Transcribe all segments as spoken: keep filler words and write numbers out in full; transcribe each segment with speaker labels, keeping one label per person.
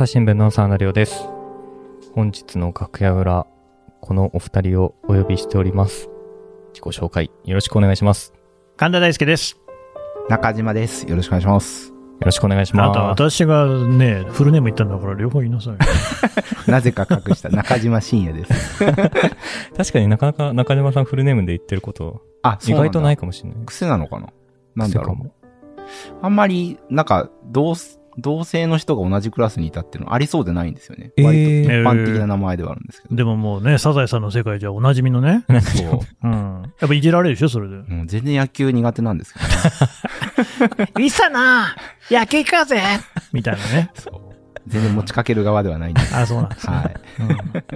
Speaker 1: 朝日新聞の沢田亮です。本日の楽屋裏、このお二人をお呼びしております。自己紹介よろしくお願いします。
Speaker 2: 神田大輔です。
Speaker 3: 中島です。よろしくお願いします。
Speaker 1: よろしくお願いします。
Speaker 2: あなた私がねフルネーム言ったんだから両方言いなさい。
Speaker 3: なぜか隠した中島信也です。
Speaker 1: 確かになかなか中島さんフルネームで言ってることあ意外とないかもしれない。
Speaker 3: 癖なのかな。なんだろう。あんまりなんか同同性の人が同じクラスにいたっていうのありそうでないんですよね。えー、割と一般的な名前ではあるんですけど。
Speaker 2: でももうねサザエさんの世界じゃおなじみのね。そう。うん。やっぱいじられるでしょそれで。
Speaker 3: もう全然野球苦手なんですけどね。
Speaker 2: いっさな野球行こうぜみたいなね。そう。
Speaker 3: 全然持ちかける側ではないんです。
Speaker 2: あ、そうなんですね。
Speaker 3: はい。
Speaker 2: うん、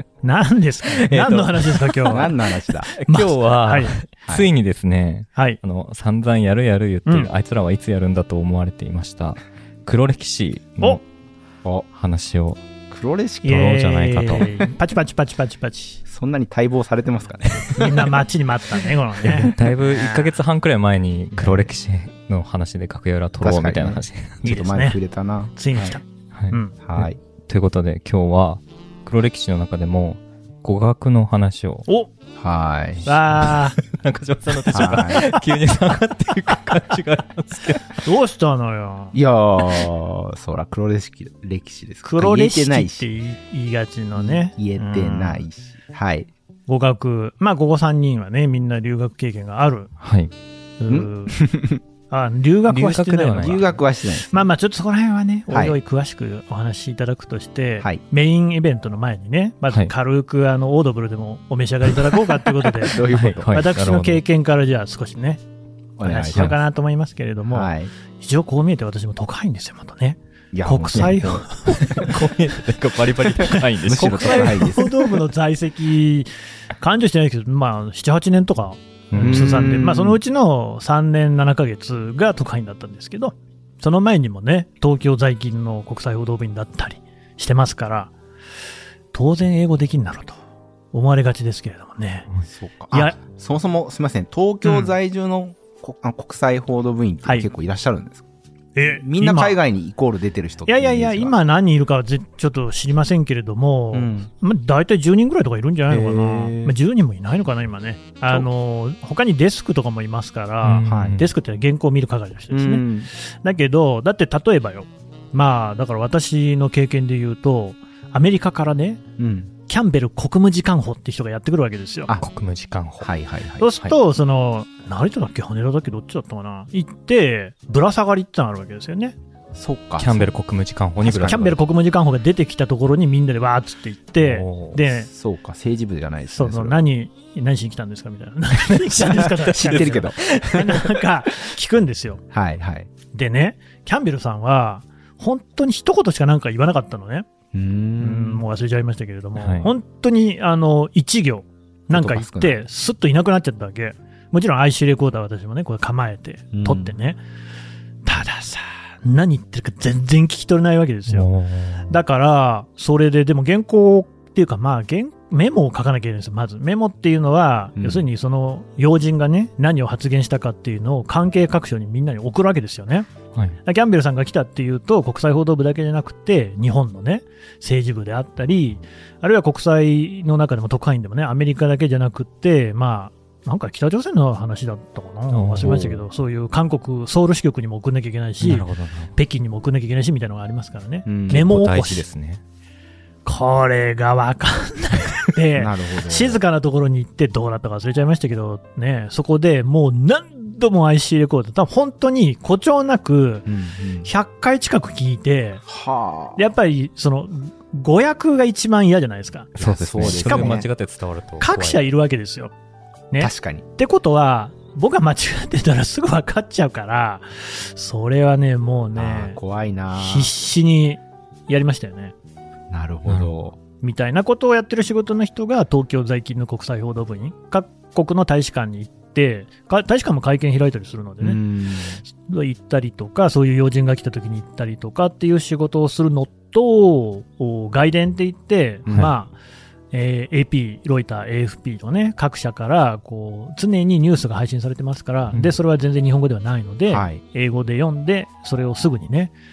Speaker 2: 何ですか、ね、何の話ですか今日は。
Speaker 3: 何の話だ。
Speaker 1: 今日は、はい、ついにですね、
Speaker 2: はい、
Speaker 1: あの散々やるやる言ってる、うん、あいつらはいつやるんだと思われていました黒歴史の話を
Speaker 3: 黒歴史
Speaker 1: 取ろうじゃないかと。
Speaker 2: パチパチパチパチパチ。
Speaker 3: そんなに待望されてますかね。
Speaker 2: みんな待ちに待ったねこのね。
Speaker 1: だいぶいっかげつはんくらい前に黒歴史の話で楽屋裏取ろうみたいな話、
Speaker 3: ね、ちょっと前に触れたな。
Speaker 2: ついに来た。
Speaker 1: はい、
Speaker 2: うん
Speaker 3: はい、
Speaker 1: ということで今日は黒歴史の中でも語学の話を。
Speaker 2: お
Speaker 3: はい。
Speaker 2: わ
Speaker 1: ー中島さんの手帳が急に下がっていく感じがありますけど。
Speaker 2: どうしたのよ。
Speaker 3: いやー、そら黒歴史歴史です。
Speaker 2: 黒歴史って言いがちのね。
Speaker 3: 言えてないし。うん、はい。
Speaker 2: 語学、まあここさんにんはねみんな留学経験がある。
Speaker 1: はい。
Speaker 2: うあ留学はしてないのか。
Speaker 3: 留学はしてないです。
Speaker 2: まあまあちょっとそこら辺はね、おいおい詳しくお話しいただくとして、はい、メインイベントの前にね、まず軽くあのオードブルでもお召し上がりいただこうかということで、
Speaker 3: どういうこと、
Speaker 2: はい、私の経験からじゃあ少しね、お話ししようかなと思いますけれども、はい、一応こう見えて私も都会んですよ、またね。
Speaker 3: いや
Speaker 2: 国際
Speaker 1: こう見えてバリバリ高いんです。
Speaker 2: 国際報道部の在籍、感情してないけど、まあ、なな、はちねんとか、通算で、まあ、そのうちのさんねんななかげつが特派員だったんですけど、その前にもね東京在勤の国際報道部員だったりしてますから、当然英語できんだろうと思われがちですけれどもね。
Speaker 3: そうか。いやそもそもすみません、東京在住の、うん、国際報道部員って結構いらっしゃるんですか。はい、えみんな海外にイコール出てる人って。
Speaker 2: いやいやいや、今何人いるかはちょっと知りませんけれども、うん、まあ、大体じゅうにんぐらいとかいるんじゃないのかな。まあ、じゅうにんもいないのかな今ね。あの他にデスクとかもいますから、うん、デスクって原稿を見る係の人ですね、うん、だけどだって例えばよ、まあだから私の経験で言うとアメリカからね、うん、キャンベル国務次官補って人がやってくるわけですよ。
Speaker 1: あ、国務次官補。
Speaker 3: はいはいはい。
Speaker 2: そうすると、はい、その成田だっけ羽田だっけどっちだったかな、行ってぶら下がりってのがあるわけですよね。
Speaker 1: そうか。キャンベル国務次官補にぶら下がり。
Speaker 2: キャンベル国務次官補が出てきたところにみんなでわーっつって行って、で、
Speaker 3: そうか、政治部じゃないですね。
Speaker 2: そうそう、何何しに来たんですかみたいな。何しに来たんですか
Speaker 3: 知ってるけど。
Speaker 2: なんか聞くんですよ。
Speaker 3: はいはい。
Speaker 2: でね、キャンベルさんは本当に一言しかなんか言わなかったのね。
Speaker 3: うーん、
Speaker 2: うんもう忘れちゃいましたけれども、はい、本当にあの一行なんか言ってスッといなくなっちゃったわけ。もちろん アイシー レコーダー私もねこれ構えて撮ってね。たださ。何言ってるか全然聞き取れないわけですよ。だからそれででも原稿っていうかまあ原メモを書かなきゃいけないんですよ。まずメモっていうのは、うん、要するにその要人がね何を発言したかっていうのを関係各所にみんなに送るわけですよね、はい、キャンベルさんが来たっていうと国際報道部だけじゃなくて日本のね政治部であったりあるいは国際の中でも特派員でもねアメリカだけじゃなくってまあなんか北朝鮮の話だったかな忘れましたけど、そういう韓国ソウル支局にも送んなきゃいけないし、北京にも送んなきゃいけないしみたいなのがありますからね。メモ起こしですね。これが分かんなくて静かなところに行ってどうだったか忘れちゃいましたけどね、そこでもう何度も アイシー レコーダー多分本当に誇張なくひゃっかい近く聞いて、うんうん、やっぱりその誤訳が一番嫌じゃないですか。
Speaker 1: そうですね。
Speaker 2: しかも
Speaker 1: 間違って伝わると
Speaker 2: 各社いるわけですよ。ね、
Speaker 3: 確かに。
Speaker 2: ってことは僕が間違ってたらすぐ分かっちゃうからそれはねもうね
Speaker 3: 怖いな
Speaker 2: 必死にやりましたよね。
Speaker 3: なるほど。
Speaker 2: みたいなことをやってる仕事の人が東京在勤の国際報道部員各国の大使館に行って大使館も会見開いたりするのでね行ったりとかそういう要人が来た時に行ったりとかっていう仕事をするのと外伝って言って、はい、まあえー、エーピー、ロイター、エーエフピー とね各社からこう常にニュースが配信されてますから、うん、でそれは全然日本語ではないので、はい、英語で読んでそれをすぐにね、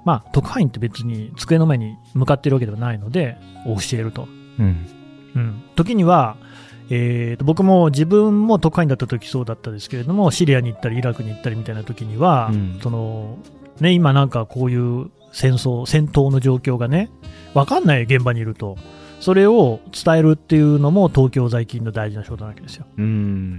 Speaker 2: まあ、特派員って別に机の前に向かってるわけではないので、教えると。うんうん、時には、えー、と僕も自分も特派員だった時そうだったですけれども、シリアに行ったりイラクに行ったりみたいな時には、うん、そのね、今なんかこういう戦争戦闘の状況がね分かんない現場にいると、それを伝えるっていうのも東京在勤の大事な仕事なわけですよ。うん、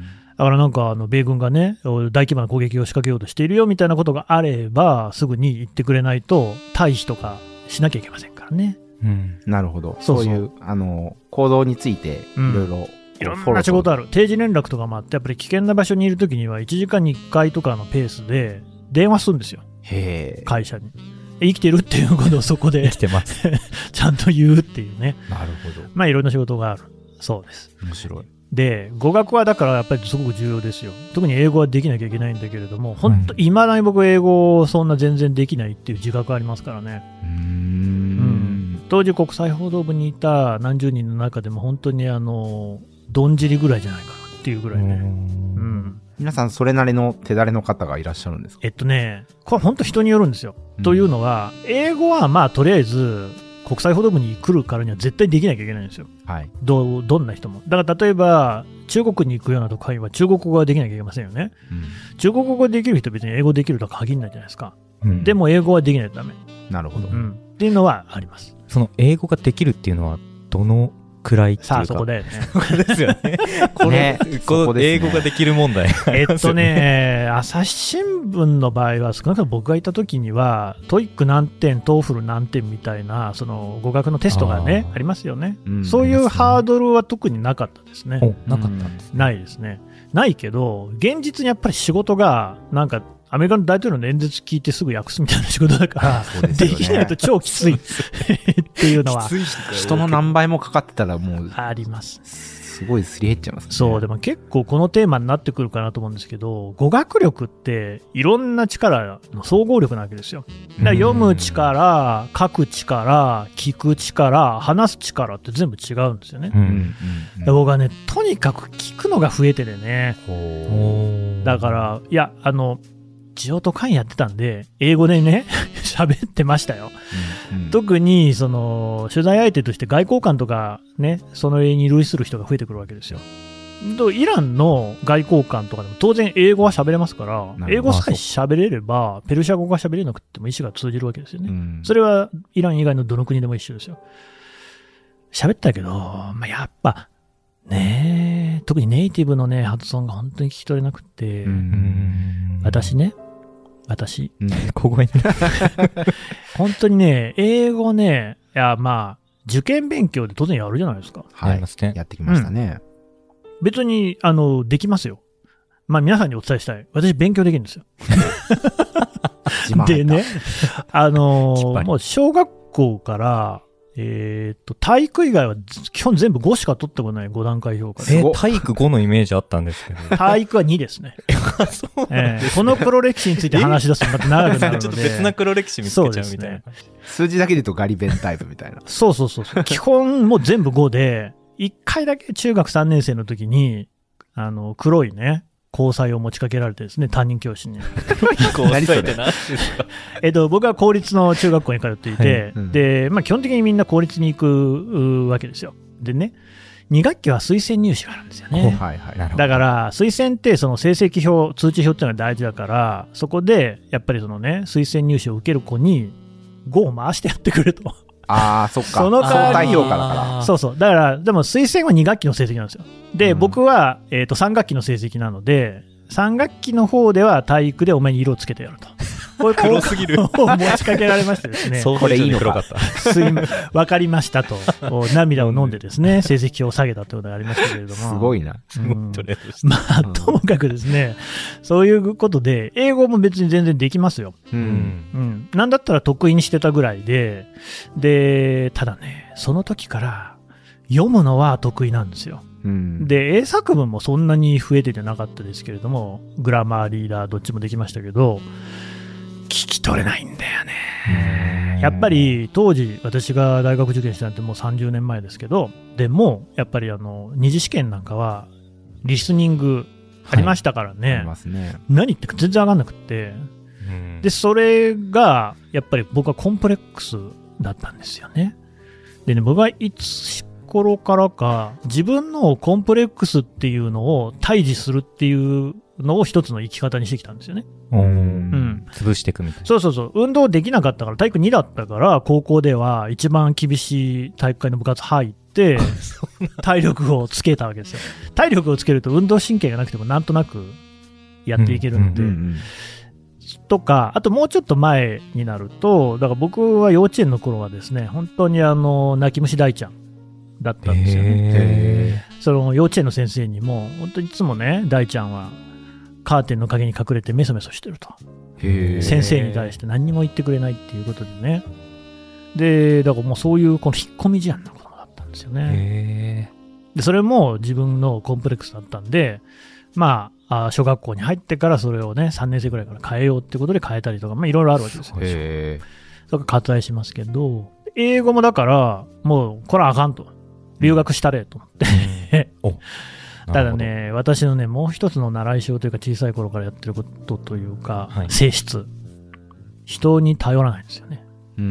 Speaker 2: だからなんかあの米軍がね大規模な攻撃を仕掛けようとしているよみたいなことがあればすぐに言ってくれないと退避とかしなきゃいけませんからね。
Speaker 3: うん、なるほど。そうそういうあの行動についていろいろ、うん、
Speaker 2: いろんな仕事ある。定時連絡とかもあって、やっぱり危険な場所にいるときにはいちじかんにいっかいとかのペースで電話するんですよ。へー。会社に。生きてるっていうことをそこで
Speaker 1: 生きてます
Speaker 2: ちゃんと言うっていうね。
Speaker 3: なるほど。
Speaker 2: まあいろんな仕事がある。そうです。
Speaker 3: 面白い。
Speaker 2: で、語学はだからやっぱりすごく重要ですよ。特に英語はできなきゃいけないんだけれども、本当いまだに僕英語そんな全然できないっていう自覚ありますからね。うーん。うん当時国際報道部にいた何十人の中でも本当にあのどんじりぐらいじゃないかなっていうぐらいね。うん、
Speaker 3: 皆さんそれなりの手だれの方がいらっしゃるんですか？
Speaker 2: えっとね、これ本当人によるんですよ。うん、というのは英語はまあとりあえず国際報道部に来るからには絶対できなきゃいけないんですよ。はい。ど, どんな人も。だから例えば中国に行くような特派員は中国語ができなきゃいけませんよね。うん、中国語ができる人は別に英語できるとは限らないじゃないですか。うん、でも英語はできないとダメ。
Speaker 3: なるほど、
Speaker 2: うん。っていうのはあります。
Speaker 1: その英語ができるっていうのはどのくらいっていうか。
Speaker 2: さあそこだよね。
Speaker 1: そこですよね。この、ね、この英語ができる問題。
Speaker 2: えっとね、朝日新聞の場合は少なくとも僕がいた時にはトイック何点、トーフル何点みたいなその語学のテストがね あ, ありますよね、うん。そういうハードルは特になかったですね。
Speaker 1: なかったんですね。
Speaker 2: ないですね。ないけど現実にやっぱり仕事がなんかアメリカの大統領の演説聞いてすぐ訳すみたいな仕事だから、できないと超きついっていうのは。きつい
Speaker 3: 人の何倍もかかってたらもう。
Speaker 2: あります。
Speaker 3: すごいすり減っちゃいますね。
Speaker 2: そう、でも結構このテーマになってくるかなと思うんですけど、語学力っていろんな力の総合力なわけですよ。だから読む力、書く力、聞く力、話す力って全部違うんですよね。うんうんうん、僕はね、とにかく聞くのが増えててね。だから、いや、あの、地方特派員やってたんで英語でね喋ってましたよ、うんうん、特にその取材相手として外交官とかねその絵に類する人が増えてくるわけですよ。イランの外交官とかでも当然英語は喋れますから英語さえ喋れればペルシャ語が喋れなくても意思が通じるわけですよね、うん、それはイラン以外のどの国でも一緒ですよ。喋ったけど、まあ、やっぱね特にネイティブのね発音が本当に聞き取れなくて、うん、私ね私、うん、
Speaker 1: 小声に
Speaker 2: 本当にね、英語ね、いや、まあ、受験勉強で当然やるじゃないですか。
Speaker 3: はい、やってきましたね。
Speaker 2: うん、別に、あの、できますよ。まあ、皆さんにお伝えしたい。私、勉強できるんですよ。でね、あのー、もう小学校から、えっと、体育以外は基本全部ごしか取ってこないご段階評価で。
Speaker 1: えー、体育ごのイメージあったんですけど。
Speaker 2: 体育はにですね。そうなんですね。えー、この黒歴史について話し出すとまた長くなるので。
Speaker 1: ちょっと別な黒歴史見つけちゃうみたいな。ね、
Speaker 3: 数字だけで言うとガリ弁タイプみたいな。
Speaker 2: そうそうそうそう。基本もう全部ごで、いっかいだけ中学さんねん生の時に、あの、黒いね、交際を持ちかけられてですね、担任教師に。
Speaker 1: 交際って何ですか？
Speaker 2: えっと、僕は公立の中学校に通っていて、はいうん、で、まあ基本的にみんな公立に行くわけですよ。でね、に学期は推薦入試があるんですよね。はいはい、だから、推薦ってその成績表、通知表っていうのが大事だから、そこで、やっぱりそのね、推薦入試を受ける子にごを回してやってくれと。
Speaker 3: ああ、そっか。その相対評価だから。
Speaker 2: そうそう。だから、でも推薦はに学期の成績なんですよ。で、うん、僕は、えっと、さん学期の成績なので、さん学期の方では体育でお前に色をつけてやると。こういう
Speaker 1: 黒すぎる。
Speaker 2: を持ちかけられましてですね。
Speaker 3: これいいのか。
Speaker 2: すいません。わかりましたと。涙を飲んでですね、成績を下げたということがありましたけれども。
Speaker 3: すごいな。
Speaker 2: うん、まあ、ともかくですね、そういうことで、英語も別に全然できますよ。うん。うん。なんだったら得意にしてたぐらいで、で、ただね、その時から読むのは得意なんですよ。うん、で英作文もそんなに増えててなかったですけれどもグラマーリーダーどっちもできましたけど聞き取れないんだよね。やっぱり当時私が大学受験したなんてもうさんじゅうねんまえですけどでもやっぱりあの二次試験なんかはリスニングありましたからね、はい、ありますね。何言ってか全然分かんなくってでそれがやっぱり僕はコンプレックスだったんですよね。でね、僕はいつ頃からか自分のコンプレックスっていうのを対峙するっていうのを一つの生き方にしてきたんですよね。
Speaker 1: うん、潰していくみたいな。
Speaker 2: そうそうそう、運動できなかったから、体育にだったから高校では一番厳しい体育会の部活入って体力をつけたわけですよ。体力をつけると運動神経がなくてもなんとなくやっていけるので、うんうんうんうん、とか、あともうちょっと前になると、だから僕は幼稚園の頃はですね、本当にあの泣き虫大ちゃんだったんですよね。その幼稚園の先生にも本当にいつもね、大ちゃんはカーテンの陰に隠れてメソメソしてると、先生に対して何にも言ってくれないっていうことでね。でだからもうそういうこの引っ込み思案な子供だったんですよね。でそれも自分のコンプレックスだったんで、まああ小学校に入ってからそれをねさんねん生ぐらいから変えようってことで変えたりとか、まあいろいろあるわけですよ。それから割愛しますけど、英語もだからもうこれはあかんと、留学したれと思ってただね、私のねもう一つの習い性というか、小さい頃からやってることというか、はい、性質、人に頼らないんですよね。うん、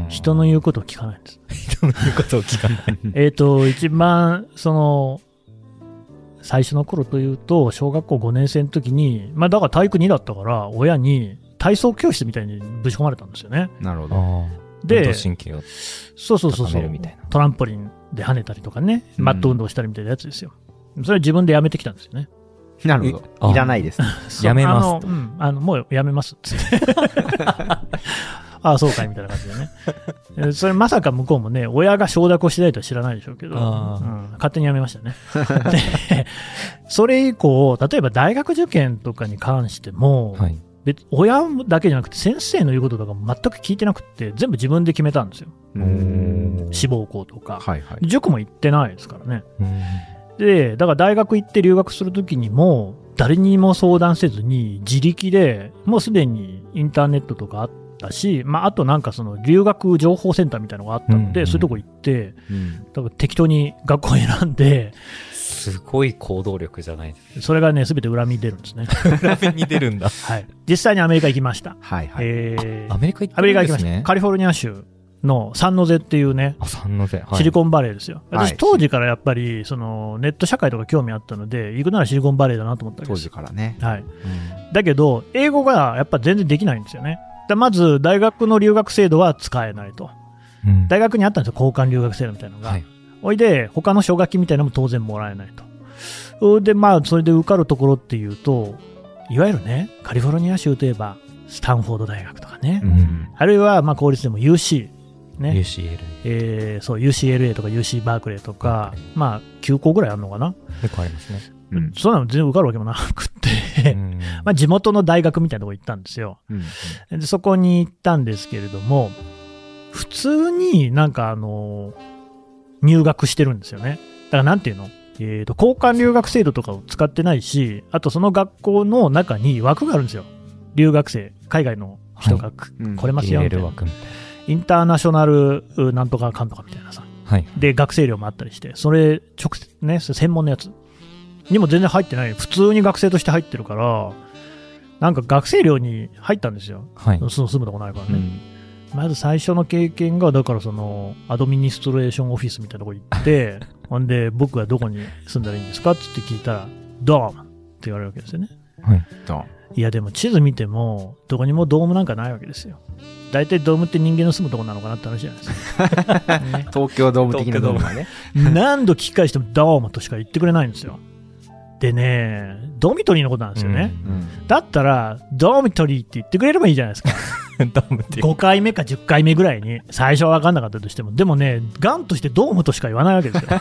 Speaker 2: 人の言うことを聞かないんです。
Speaker 1: 人の言うことを聞かない
Speaker 2: えっと一番その最初の頃というと、小学校ごねん生の時に、まあだから体育にだったから親に体操教室みたいにぶち込まれたんですよね。
Speaker 3: なるほど。
Speaker 1: で、運動神経を
Speaker 2: そうそうそうそう、トランポリンで跳ねたりとかね、マット運動したりみたいなやつですよ。それは自分でやめてきたんですよね。
Speaker 3: なるほど。いらないです。
Speaker 1: やめます
Speaker 2: あの、うん、あのもうやめますっつってああそうかいみたいな感じでねそれまさか向こうもね、親が承諾をしてないとは知らないでしょうけど、うん、勝手にやめましたねでそれ以降、例えば大学受験とかに関しても、はい、別親だけじゃなくて先生の言うこととかも全く聞いてなくて、全部自分で決めたんですよ。うーん、志望校とか、はいはい、塾も行ってないですからね。でだから大学行って留学するときにも誰にも相談せずに自力で、もうすでにインターネットとかあったし、まあ、あとなんかその留学情報センターみたいなのがあったので、うんうん、そういうとこ行って、うん、多分適当に学校を選んで、
Speaker 1: すごい行動力じゃないですか。
Speaker 2: それがね、すべて恨みに出るんですね。
Speaker 1: 恨みに出るんだ。
Speaker 2: はい。実際にアメリカ行きました。
Speaker 3: はいはい。
Speaker 2: えー、
Speaker 1: アメリカ行ってるんですね。アメリカ行きました。
Speaker 2: カリフォルニア州のサンノゼっていうね、
Speaker 1: あ、サンノゼ、はい、
Speaker 2: シリコンバレーですよ。私当時からやっぱりそのネット社会とか興味あったので、行くならシリコンバレーだなと思ったわけです。
Speaker 3: 当時からね。
Speaker 2: はい。うん、だけど英語がやっぱ全然できないんですよね。だまず大学の留学制度は使えないと。うん、大学にあったんですよ、交換留学制度みたいなのが。はい、おいで他の奨学金みたいなのも当然もらえないと。でまあそれで受かるところっていうと、いわゆるね、カリフォルニア州といえばスタンフォード大学とかね、うん、あるいはまあ公立でも ユーシー、ね、
Speaker 1: ユーシーエルエー、
Speaker 2: えー、そう ユーシーエルエー とか ユーシー バークレーとか、まあきゅうこぐらいあるのかな。
Speaker 1: 結構ありますね。
Speaker 2: うん、そんなの全然受かるわけもなくて、うん、まあ地元の大学みたいなとこ行ったんですよ。うんうん、でそこに行ったんですけれども、普通になんかあの入学してるんですよね。だからなんていうの、えーと、交換留学制度とかを使ってないし、あとその学校の中に枠があるんですよ。留学生、海外の人が、はい、来れますよみたいな、インターナショナルなんとかかんとかみたいなさ、はい、で学生寮もあったりして、それ直接ね、専門のやつにも全然入ってない、普通に学生として入ってるから、なんか学生寮に入ったんですよ、はい、住むとこないからね、うん、まず最初の経験がだからそのアドミニストレーションオフィスみたいなとこ行ってほんで僕はどこに住んだらいいんですかって聞いたらドームって言われるわけですよね、はい、いやでも地図見てもどこにもドームなんかないわけですよ。大体ドームって人間の住むとこなのかなって話じゃないですか、
Speaker 3: ね、東京ドーム的なドームがね
Speaker 2: 何度聞き返してもドームとしか言ってくれないんですよ。でね、ドミトリーのことなんですよね、うんうん、だったらドミトリーって言ってくれればいいじゃないですかごかいめかじゅっかいめぐらいに、最初は分かんなかったとしても、でもね、ガンとしてドームとしか言わないわけですよ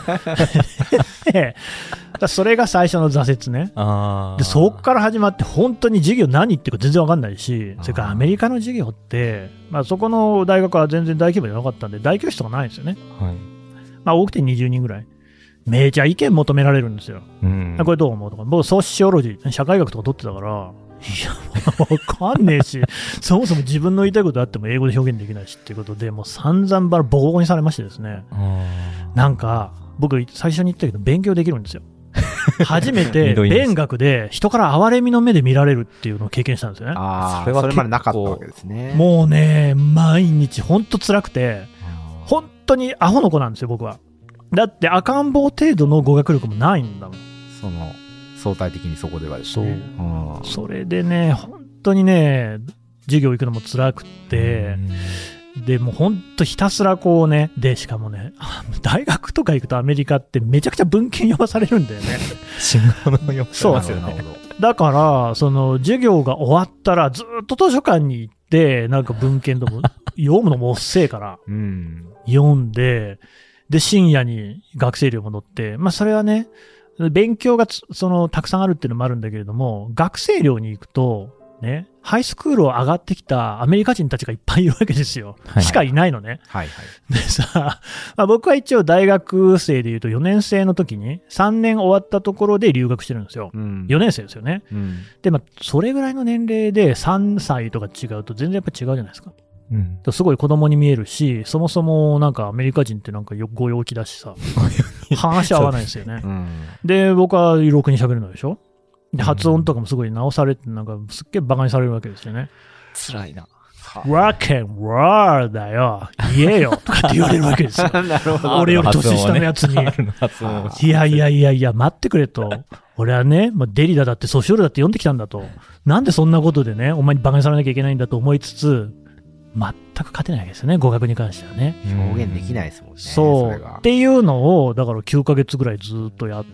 Speaker 2: だそれが最初の挫折ね。あでそこから始まって本当に授業何言ってるか全然分かんないし、それからアメリカの授業って、まあ、そこの大学は全然大規模じゃなかったんで大教室とかないんですよね、はい、まあ、多くてにじゅうにんぐらい。めちゃ意見求められるんですよ、うん、これどう思うとか。僕ソーシオロジー、社会学とか取ってたから、いや分かんねえしそもそも自分の言いたいことあっても英語で表現できないしっていうことで、もう散々バラボコにされましてですね、なんか僕最初に言ったけど勉強できるんですよ初めて勉学で人から哀れみの目で見られるっていうのを経験したんですよね。
Speaker 3: ああ、それはそれまでなかったわけですね。
Speaker 2: もうね、毎日本当辛くて、本当にアホの子なんですよ、僕は。だって赤ん坊程度の語学力もないんだもん。
Speaker 3: その、相対的にそこではですね。
Speaker 2: そう。それでね、本当にね、授業行くのも辛くって、で、もう本当ひたすらこうね、で、しかもね、大学とか行くとアメリカってめちゃくちゃ文献読まされるんだよね。
Speaker 1: 信号の読まされますよね。
Speaker 2: だから、その、授業が終わったらずっと図書館に行って、なんか文献とも、読むのも遅えから、うん、読んで、で、深夜に学生寮戻って、まあそれはね、勉強がその、たくさんあるっていうのもあるんだけれども、学生寮に行くと、ね、ハイスクールを上がってきたアメリカ人たちがいっぱいいるわけですよ。はい、しかいないのね。はいはい、でさ、まあ、僕は一応大学生でいうとよねん生の時にさんねん終わったところで留学してるんですよ。うん、よねん生ですよね。うん、で、まあ、それぐらいの年齢でさんさいとか違うと全然やっぱ違うじゃないですか。うん、すごい子供に見えるし、そもそもなんかアメリカ人ってなんかご陽気だしさ、話合わないんですよね。うん、で、僕はろくに喋るのでしょ。で発音とかもすごい直されて、なんかすっげえバカにされるわけですよね。
Speaker 1: 辛いな。
Speaker 2: Rock and roll だよ、言えよとかって言われるわけですよ。なるほど。俺より年下のやつに。ね、いやいやいやいや、待ってくれと。俺はね、まあ、デリダだってソシオールだって読んできたんだと。なんでそんなことでね、お前にバカにされなきゃいけないんだと思いつつ、全く勝てないわけですよね、語学に関してはね。
Speaker 3: 表現できないですもんね。
Speaker 2: そう。っていうのを、だからきゅうかげつぐらいずっとやって、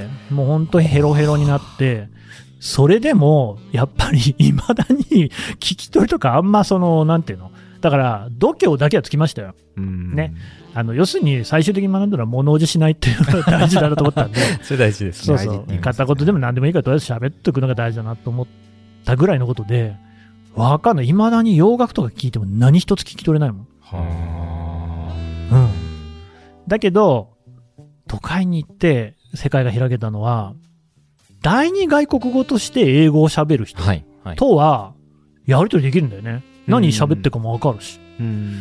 Speaker 2: もう本当にヘロヘロになって、それでも、やっぱり未だに聞き取りとかあんまその、なんていうの。だから、度胸だけはつきましたよ。ね。あの、要するに最終的に学んだら物おじしないっていうのが大事だなと思ったんで。
Speaker 1: それ大事ですね。
Speaker 2: そうそう。片言でも何でもいいからとりあえず喋っておくのが大事だなと思ったぐらいのことで、わかんない。未だに洋楽とか聞いても何一つ聞き取れないもん。はあ。うん。だけど、都会に行って世界が開けたのは、第二外国語として英語を喋る人とは、やりとりできるんだよね。何喋ってるかもわかるし。うん。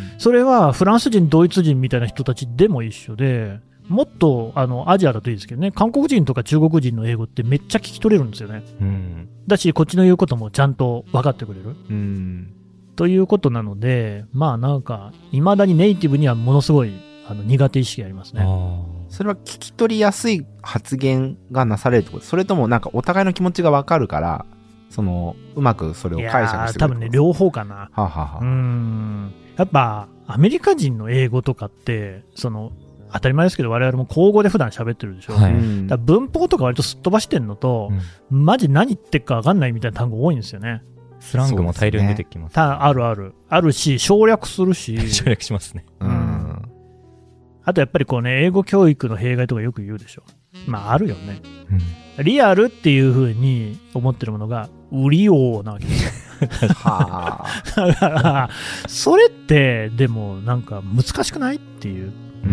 Speaker 2: それはフランス人、ドイツ人みたいな人たちでも一緒で、もっとあのアジアだといいですけどね、韓国人とか中国人の英語ってめっちゃ聞き取れるんですよね。うん、だし、こっちの言うこともちゃんと分かってくれる。うん、ということなので、まあなんか、いまだにネイティブにはものすごいあの苦手意識ありますね。
Speaker 3: それは聞き取りやすい発言がなされるってこと？それともなんかお互いの気持ちが分かるから、そのうまくそれを解釈してくれる？いや、
Speaker 2: 多分ね、両方かな。はあはあ、うん。やっぱアメリカ人の英語とかってその当たり前ですけど我々も口語で普段喋ってるでしょ、はい、だ文法とか割とすっ飛ばしてんのと、うん、マジ何言ってるか分かんないみたいな単語多いんですよね。
Speaker 1: スラングも大量に出てきます、ね、
Speaker 2: たあるあるあるし省略するし
Speaker 1: 省略しますね、うん、
Speaker 2: あとやっぱりこうね英語教育の弊害とかよく言うでしょ。まああるよね、うん、リアルっていう風に思ってるものが売りようなわけですよはあ、だからそれってでもなんか難しくないっていう、うん、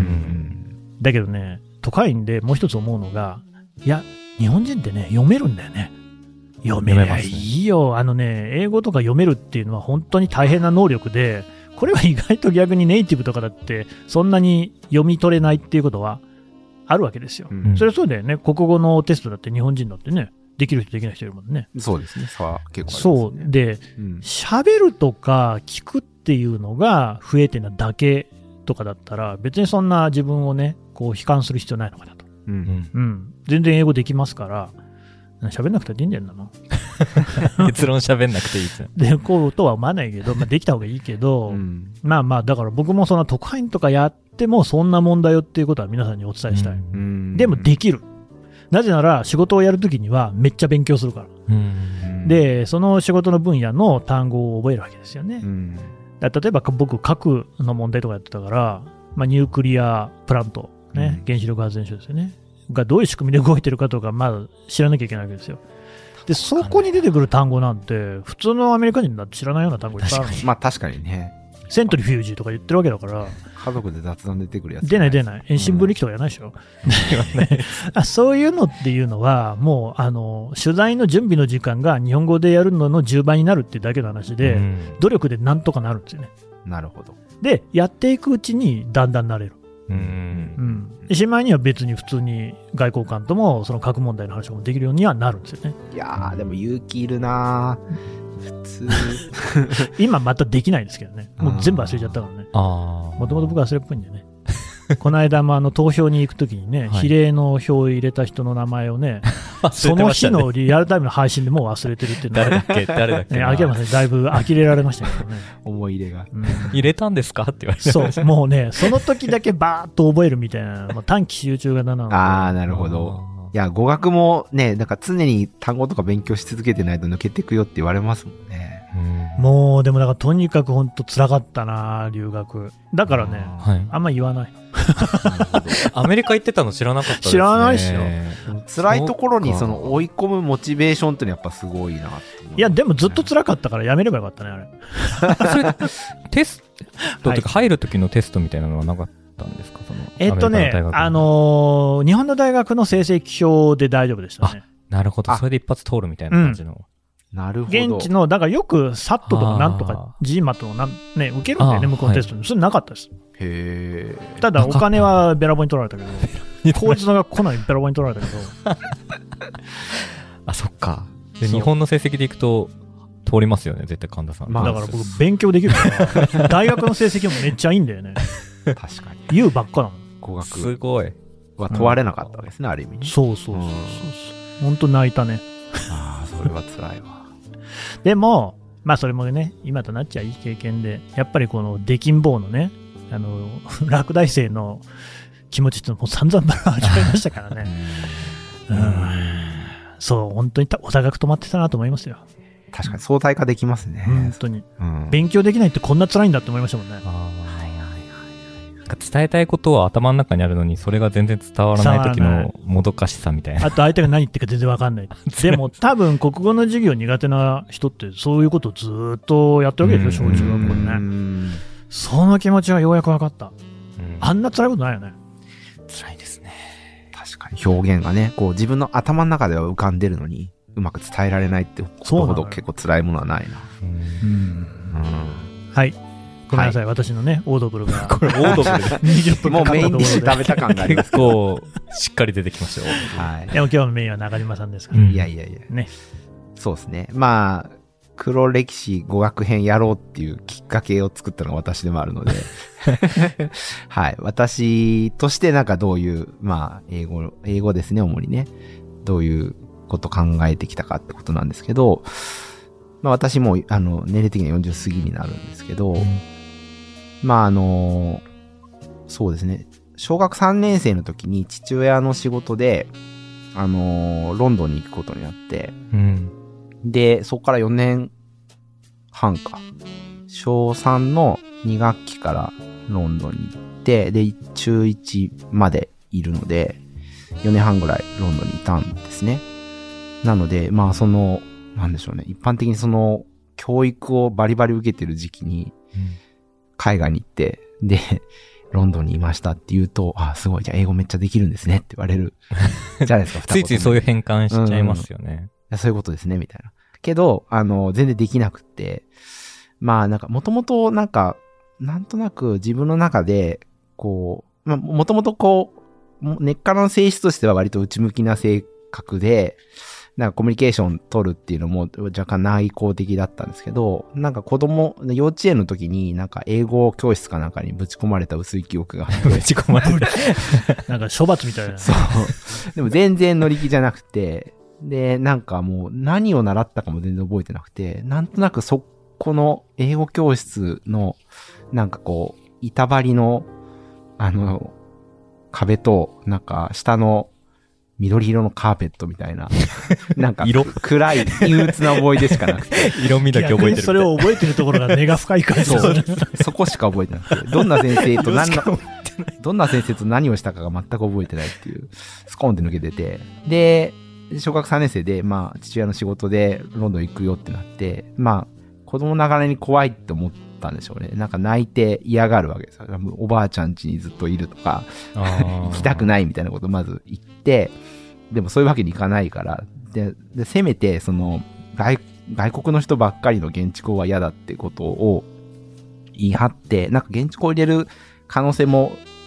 Speaker 2: だけどね都会員でもう一つ思うのがいや日本人ってね読めるんだよね。読めりゃいいよ、あのね英語とか読めるっていうのは本当に大変な能力でこれは意外と逆にネイティブとかだってそんなに読み取れないっていうことはあるわけですよ、うん、それはそうだよね。国語のテストだって日本人だってねできる人できない人いるもんね。
Speaker 3: そうですね。差は結構ありますね。
Speaker 2: そうで喋、うん、るとか聞くっていうのが増えてるだけとかだったら別にそんな自分をねこう悲観する必要ないのかなと、うんうん、全然英語できますから喋んなくていいんだよな
Speaker 1: 結論喋んなくていいですね。
Speaker 2: でこうとは思わないけど、まあ、できた方がいいけど、うん、まあまあだから僕もそんな特派員とかやってもそんなもんだよっていうことは皆さんにお伝えしたい、うん、でもできる。なぜなら仕事をやるときにはめっちゃ勉強するから、うん、でその仕事の分野の単語を覚えるわけですよね、うん、だ例えば僕核の問題とかやってたから、まあ、ニュークリアプラント、ねうん、原子力発電所ですよねがどういう仕組みで動いてるかとかまあ知らなきゃいけないわけですよ。でそこに出てくる単語なんて普通のアメリカ人だって知らないような単語いっぱいあるの。
Speaker 3: まあ確かにね。
Speaker 2: セントリフュージーとか言ってるわけだから
Speaker 3: 家族で雑談出てくるやつ
Speaker 2: 出ない出ない遠心分離機とかやらないでしょ、うん、そういうのっていうのはもうあの取材の準備の時間が日本語でやるののじゅうばいになるっていうだけの話で、うん、努力でなんとかなるんですよね。
Speaker 3: なるほど。
Speaker 2: でやっていくうちにだんだんなれる、 うん、うん、しまいには別に普通に外交官ともその核問題の話もできるようにはなるんですよね。
Speaker 3: いやーでも勇気いるな普通
Speaker 2: 今またできないですけどね、もう全部忘れちゃったからね。もともと僕忘れっぽいんだよね。この間もあの投票に行くときにね、はい、比例の票を入れた人の名前をね、ねその日のリアルタイムの配信でもう忘れてるっていうのは、
Speaker 1: 誰だっけ、誰だっけ、
Speaker 2: ね、秋山さん、だいぶ呆れられましたけどね。
Speaker 3: 思い入れが、
Speaker 2: うん。
Speaker 1: 入れたんですかって言われて、
Speaker 2: そう、もうね、その時だけバーっと覚えるみたいな、もう短期集中型なので。
Speaker 3: ああ、なるほど。いや、語学もね、なんか常に単語とか勉強し続けてないと抜けていくよって言われますもんね。
Speaker 2: うん、もう、でもだからとにかく本当辛かったな、留学。だからね、はい、あんま言わない。
Speaker 1: アメリカ行ってたの知らなかったですね。
Speaker 2: 知らないですよ。
Speaker 3: 辛いところにその追い込むモチベーションってのはやっぱすごいな。
Speaker 2: いや、でもずっと辛かったからやめればよかったね、あれ。
Speaker 1: それテストというか入る時のテストみたいなのはなかったんですか？その
Speaker 2: えっとね、あのー、日本の大学の成績表で大丈夫でしたね。
Speaker 1: なるほど。それで一発通るみたいな感じの。
Speaker 3: うん、なるほど。
Speaker 2: 現地の、だからよく サット とかなんとか ジーマット のなん、ね、受けるんだよね、向こうのテストに。はい、それなかったです。
Speaker 3: へー。
Speaker 2: ただお金はべらぼうに取られたけど、口実が来ないべらぼうに取られたけど。
Speaker 1: あ、そっか。で、日本の成績でいくと、通りますよね、絶対神田さん。
Speaker 2: まあ、だから僕勉強できるから、大学の成績もめっちゃいいんだよね。
Speaker 3: 確かに。
Speaker 2: 言うばっかなの。
Speaker 3: 語学。
Speaker 1: すごい。
Speaker 3: は問われなかったわけですね、うん、ある意味に。
Speaker 2: そうそうそうそう。本当泣いたね。
Speaker 3: ああ、それは辛いわ。
Speaker 2: でも、まあそれもね、今となっちゃいい経験で、やっぱりこの出禁坊のね、あの、落第生の気持ちっていうのも散々味わいましたからね。うん、そう、本当にお高く止まってたなと思いますよ。
Speaker 3: 確かに相対化できますね。
Speaker 2: 本当に、うん。勉強できないってこんな辛いんだって思いましたもんね。
Speaker 1: 伝えたいことは頭の中にあるのに、それが全然伝わらない時のもどかしさみたいな。
Speaker 2: あと相手が何言ってるか全然わかんない。でも多分国語の授業苦手な人ってそういうことをずっとやってるわけでしょ、小中学校でね。その気持ちはようやくわかった。あんな辛いことないよね。
Speaker 1: 辛いですね。
Speaker 3: 確かに表現がね、こう自分の頭の中では浮かんでるのに、うまく伝えられないってことほど結構辛いものはないな。
Speaker 2: うんうん、はい。ごめんなさい、はい、私のね、オードブルが。これ、オードブルでにじゅっぷんかかったところで。もうメインディッシュ食べた感があります。
Speaker 1: 結構、しっかり出てきましたよ。
Speaker 2: はい。でも今日のメインは中島さんですから。
Speaker 3: うん、いやいやいや。ね。そうですね。まあ、黒歴史語学編やろうっていうきっかけを作ったのが私でもあるので。はい。私としてなんかどういう、まあ、英語、英語ですね、主にね。どういうこと考えてきたかってことなんですけど、まあ私も、あの、年齢的にはよんじゅう過ぎになるんですけど、うん、まああの、そうですね。小学さんねん生の時に父親の仕事で、あの、ロンドンに行くことになって、うん、で、そこからよねんはんか。小さんのに学期からロンドンに行って、で、中いちまでいるので、よねんはんぐらいロンドンにいたんですね。なので、まあその、なんでしょうね。一般的にその、教育をバリバリ受けてる時期に、海外に行って、うん、で、ロンドンにいましたって言うと、あ、すごい、じゃあ英語めっちゃできるんですねって言われる。じゃないですか、
Speaker 1: ついついそういう変換しちゃいますよね。
Speaker 3: うん、そういうことですね、みたいな。けど、あの、全然できなくって、まあなんか、もともとなんか、なんとなく自分の中で、こう、まあ、もともとこう、根っからの性質としては割と内向きな性格で、なんかコミュニケーション取るっていうのも若干内向的だったんですけど、なんか子供、幼稚園の時になんか英語教室かなんかにぶち込まれた薄い記憶があって。
Speaker 1: ぶち込まれ
Speaker 2: た。なんか処罰みたいな。
Speaker 3: そう。でも全然乗り気じゃなくて、で、なんかもう何を習ったかも全然覚えてなくて、なんとなくそこの英語教室のなんかこう、板張りのあの、壁となんか下の緑色のカーペットみたいな、なんか暗い憂鬱な思い出しかなくて。
Speaker 1: 色味だけ覚えてる。
Speaker 2: それを覚えてるところが根が深い感じ。
Speaker 3: そう。そこしか覚えてなくて。どんな先生と何の、どんな先生と何をしたかが全く覚えてないっていう、スコーンって抜けてて。で、小学さんねん生で、まあ、父親の仕事でロンドン行くよってなって、まあ、子供ながらに怖いって思ったんでしょうね。なんか泣いて嫌がるわけですよ。おばあちゃん家にずっといるとか、行きたくないみたいなことをまず言って、でもそういうわけにいかないから、で、でせめて、その、外、外国の人ばっかりの現地校は嫌だってことを言い張って、なんか現地校入れる可能性も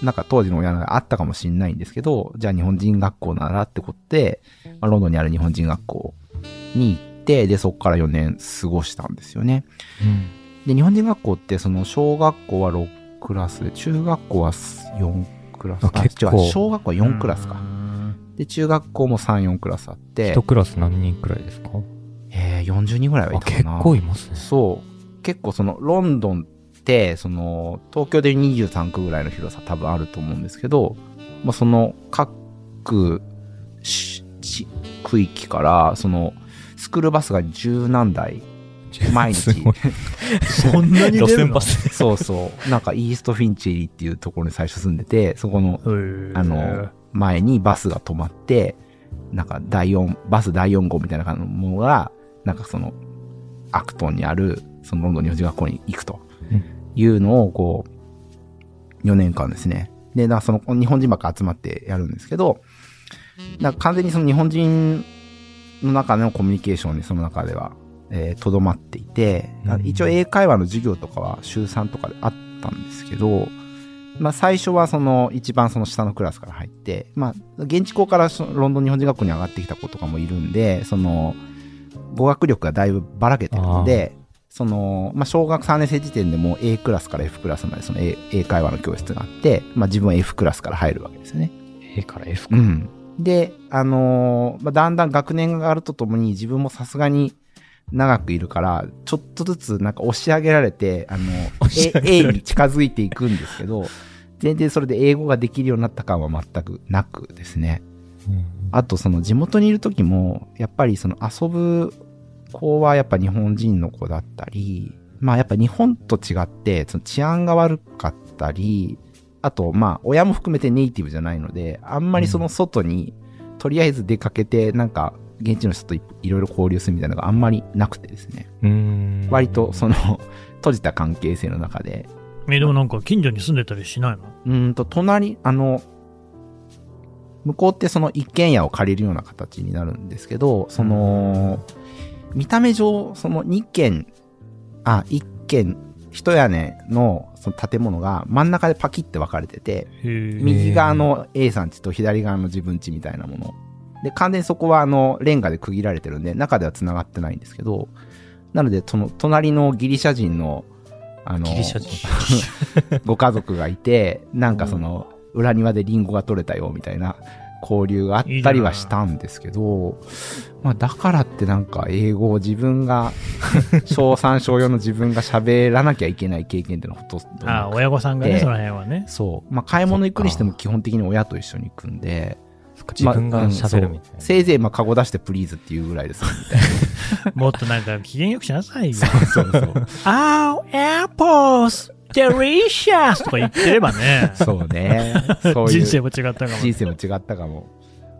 Speaker 3: なんか当時の親があったかもしれないんですけど、じゃあ日本人学校ならってことで、まあ、ロンドンにある日本人学校に行って、で、そこからよねん過ごしたんですよね。うん、で、日本人学校ってその小学校はろくクラスで、中学校はよんクラス。あ、結構。小学校はよんクラスか。で、中学校もさん、よんクラスあって。
Speaker 1: いちクラス何人くらいですか？
Speaker 3: えー、よんじゅうにんぐらいはいたかな。
Speaker 1: 結構いますね。
Speaker 3: そう。結構その、ロンドンって、その、東京でにじゅうさんくぐらいの広さ多分あると思うんですけど、まあ、その、各、区域から、その、スクールバスが十何台、毎日。
Speaker 2: そんなに出るの？
Speaker 3: そうそう。なんか、イーストフィンチェリーっていうところに最初住んでて、そこの、あの、前にバスが止まって、なんか、だいよん、バスだいよん号みたいな感じのものが、なんかその、アクトンにある、そのロンドン日本人学校に行くというのを、こう、よねんかんですね。で、なんかその日本人ばっか集まってやるんですけど、なんか完全にその日本人の中でのコミュニケーションにその中では、えー、とどまっていて、一応英会話の授業とかは週さんとかであったんですけど、まあ最初はその一番その下のクラスから入って、まあ現地校からロンドン日本人学校に上がってきた子とかもいるんで、その語学力がだいぶばらけてるので、その、まあ小学さんねん生時点でもう A クラスから F クラスまでその 英, 英会話の教室があって、まあ自分は F クラスから入るわけですよね。
Speaker 1: A から F か。
Speaker 3: うん。で、あのー、まあだんだん学年が上がるとともに自分もさすがに長くいるから、ちょっとずつなんか押し上げられて、あの、A に近づいていくんですけど、全然それで英語ができるようになった感は全くなくですね。うん、あとその地元にいる時も、やっぱりその遊ぶ子はやっぱ日本人の子だったり、まあやっぱ日本と違って、その治安が悪かったり、あとまあ親も含めてネイティブじゃないので、あんまりその外にとりあえず出かけてなんか、現地の人といろいろ交流するみたいなのがあんまりなくてですね。うーん、割とその閉じた関係性の中で。
Speaker 2: え、でもなんか近所に住んでたりしないの？
Speaker 3: うーんと、隣、あの、向こうってその一軒家を借りるような形になるんですけど、その、見た目上、その二軒、あ、一軒、一屋根のその建物が真ん中でパキって分かれてて、右側の A さん家と左側の自分家みたいなもの。で、完全にそこはあの、レンガで区切られてるんで、中では繋がってないんですけど、なので、その、隣のギリシャ人の、あの、
Speaker 1: ギリシャ人
Speaker 3: ご家族がいて、なんかその、裏庭でリンゴが取れたよ、みたいな交流があったりはしたんですけど、まあ、だからってなんか、英語を自分が、小さん、小よんの自分が喋らなきゃいけない経験っていうのはほとんど。
Speaker 2: ああ、親御さんがね、その辺はね。
Speaker 3: そう。まあ、買い物行くにしても基本的に親と一緒に行くんで、
Speaker 1: 自分が喋るみたいな、まあ、
Speaker 3: せいぜいまあカゴ出してプリーズっていうぐらいですみたい
Speaker 2: なもっとなんか機嫌よくしなさいよ。
Speaker 3: そうそうそう。
Speaker 2: あー、apples delicious とか言ってればね。
Speaker 3: そうね。そういう
Speaker 2: 人生も違ったかも。
Speaker 3: 人生も違ったかも。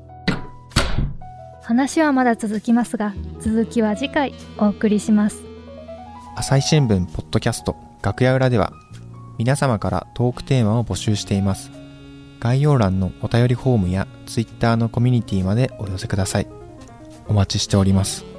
Speaker 4: 話はまだ続きますが、続きは次回お送りします。
Speaker 5: 朝日新聞ポッドキャスト楽屋裏では皆様からトークテーマを募集しています。概要欄のお便りフォームやツイッターのコミュニティまでお寄せください。お待ちしております。